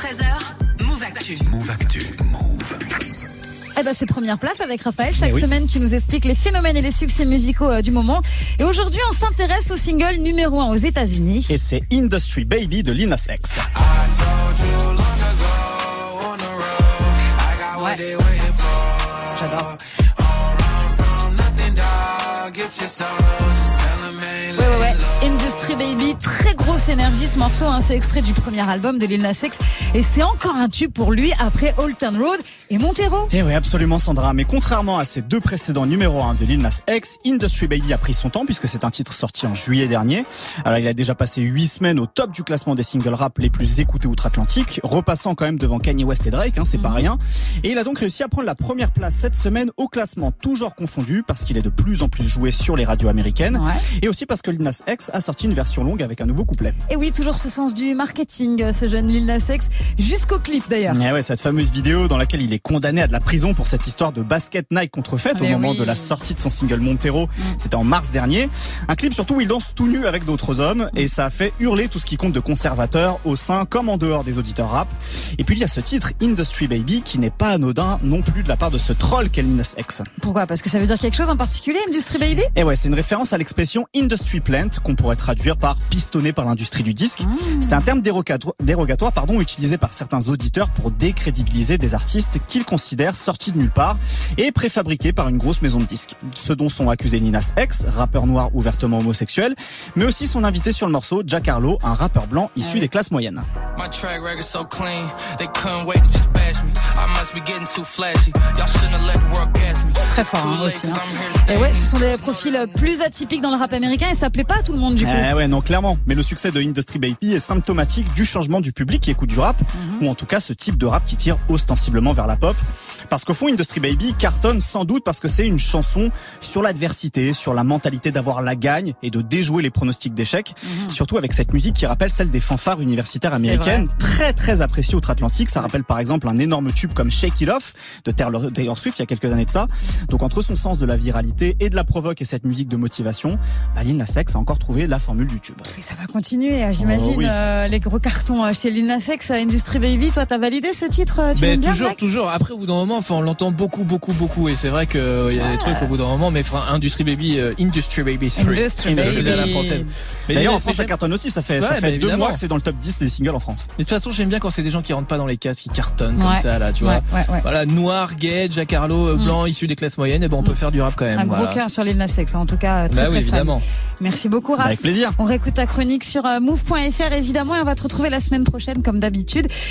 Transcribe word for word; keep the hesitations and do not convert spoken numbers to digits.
treize heures, Move Actu. Move Actu. Move. Eh ben, c'est première place avec Raphaël. Chaque oui. semaine, tu nous expliques les phénomènes et les succès musicaux euh, du moment. Et aujourd'hui, on s'intéresse au single numéro un aux États-Unis. Et c'est Industry Baby de Lil Nas X. Ouais. J'adore. Ouais, ouais, ouais. Industry Baby, très grosse énergie ce morceau, hein. C'est extrait du premier album de Lil Nas X et c'est encore un tube pour lui après Old Town Road et Montero. Et oui, absolument Sandra, mais contrairement à ses deux précédents numéro un de Lil Nas X, Industry Baby a pris son temps puisque c'est un titre sorti en juillet dernier. Alors il a déjà passé huit semaines au top du classement des singles rap les plus écoutés outre-Atlantique, repassant quand même devant Kanye West et Drake, hein, c'est mmh. pas rien. Et il a donc réussi à prendre la première place cette semaine au classement, toujours confondu, parce qu'il est de plus en plus joué sur les radios américaines, ouais. et aussi parce que Lil Nas X a sorti une version longue avec un nouveau couplet. Et oui, toujours ce sens du marketing, ce jeune Lil Nas X, jusqu'au clip d'ailleurs. Et ouais, cette fameuse vidéo dans laquelle il est condamné à de la prison pour cette histoire de basket Nike contrefaite au moment oui. de la sortie de son single Montero, mmh. c'était en mars dernier. Un clip surtout où il danse tout nu avec d'autres hommes, mmh. et ça a fait hurler tout ce qui compte de conservateurs au sein comme en dehors des auditeurs rap. Et puis il y a ce titre Industry Baby qui n'est pas anodin non plus de la part de ce troll qu'est Lil Nas X. Pourquoi ? Parce que ça veut dire quelque chose en particulier, Industry Baby ? Et ouais, c'est une référence à l'expression Industry Plant qu'on pourrait traduire par pistonné par l'industrie du disque. Mmh. C'est un terme dérogatoire, dérogatoire pardon, utilisé par certains auditeurs pour décrédibiliser des artistes qu'ils considèrent sortis de nulle part et préfabriqués par une grosse maison de disques. Ce dont sont accusés Lil Nas X, rappeur noir ouvertement homosexuel, mais aussi son invité sur le morceau, Jack Harlow, un rappeur blanc issu ah oui. des classes moyennes. Très fort hein, aussi. Hein. Et ouais, ce sont des profils plus atypiques dans le rap américain et ça plaît pas à tout le monde du coup. Eh ouais, non, clairement. Mais le succès de Industry Baby est symptomatique du changement du public qui écoute du rap, mm-hmm. ou en tout cas ce type de rap qui tire ostensiblement vers la pop. Parce qu'au fond, Industry Baby cartonne sans doute parce que c'est une chanson sur l'adversité, sur la mentalité d'avoir la gagne et de déjouer les pronostics d'échec. Mm-hmm. Surtout avec cette musique qui rappelle celle des fanfares universitaires américaines, très très appréciée outre-Atlantique. Ça rappelle par exemple un énorme tube comme Shake It Off de Taylor, Taylor Swift il y a quelques années de ça. Donc entre son sens de la viralité et de la provoque et cette musique de motivation, bah, Lil Nas X a encore trouvé la formule du tube. Et ça va continuer, j'imagine, oh, oui. euh, les gros cartons chez Lil Nas X, Industry Baby. Toi, t'as validé ce titre? Tu mais bien, toujours, mec toujours. Après, au bout d'un moment, enfin, on l'entend beaucoup, beaucoup, beaucoup. Et c'est vrai qu'il euh, y a ouais. des trucs au bout d'un moment, mais Industry Baby, euh, Industry Baby, sorry. Industry Baby. À la française. Mais d'ailleurs, en France, ça cartonne aussi. Ça fait, ouais, ça fait deux mois que c'est dans le top dix des singles en France. Mais de toute façon, j'aime bien quand c'est des gens qui rentrent pas dans les cases, qui cartonnent ouais. comme ça, là, tu ouais, vois. Ouais, ouais. Voilà, noir, gay, Jack Harlow, mm. blanc, issu des classes moyennes. Et ben, on mm. peut faire du rap quand même. Un voilà. gros cœur sur Lil Nas X, en tout cas, très, bah très oui, fan. évidemment. Merci beaucoup, Raph. Avec plaisir. On réécoute ta chronique sur move point f r, évidemment, et on va te retrouver la semaine prochaine, comme d'habitude.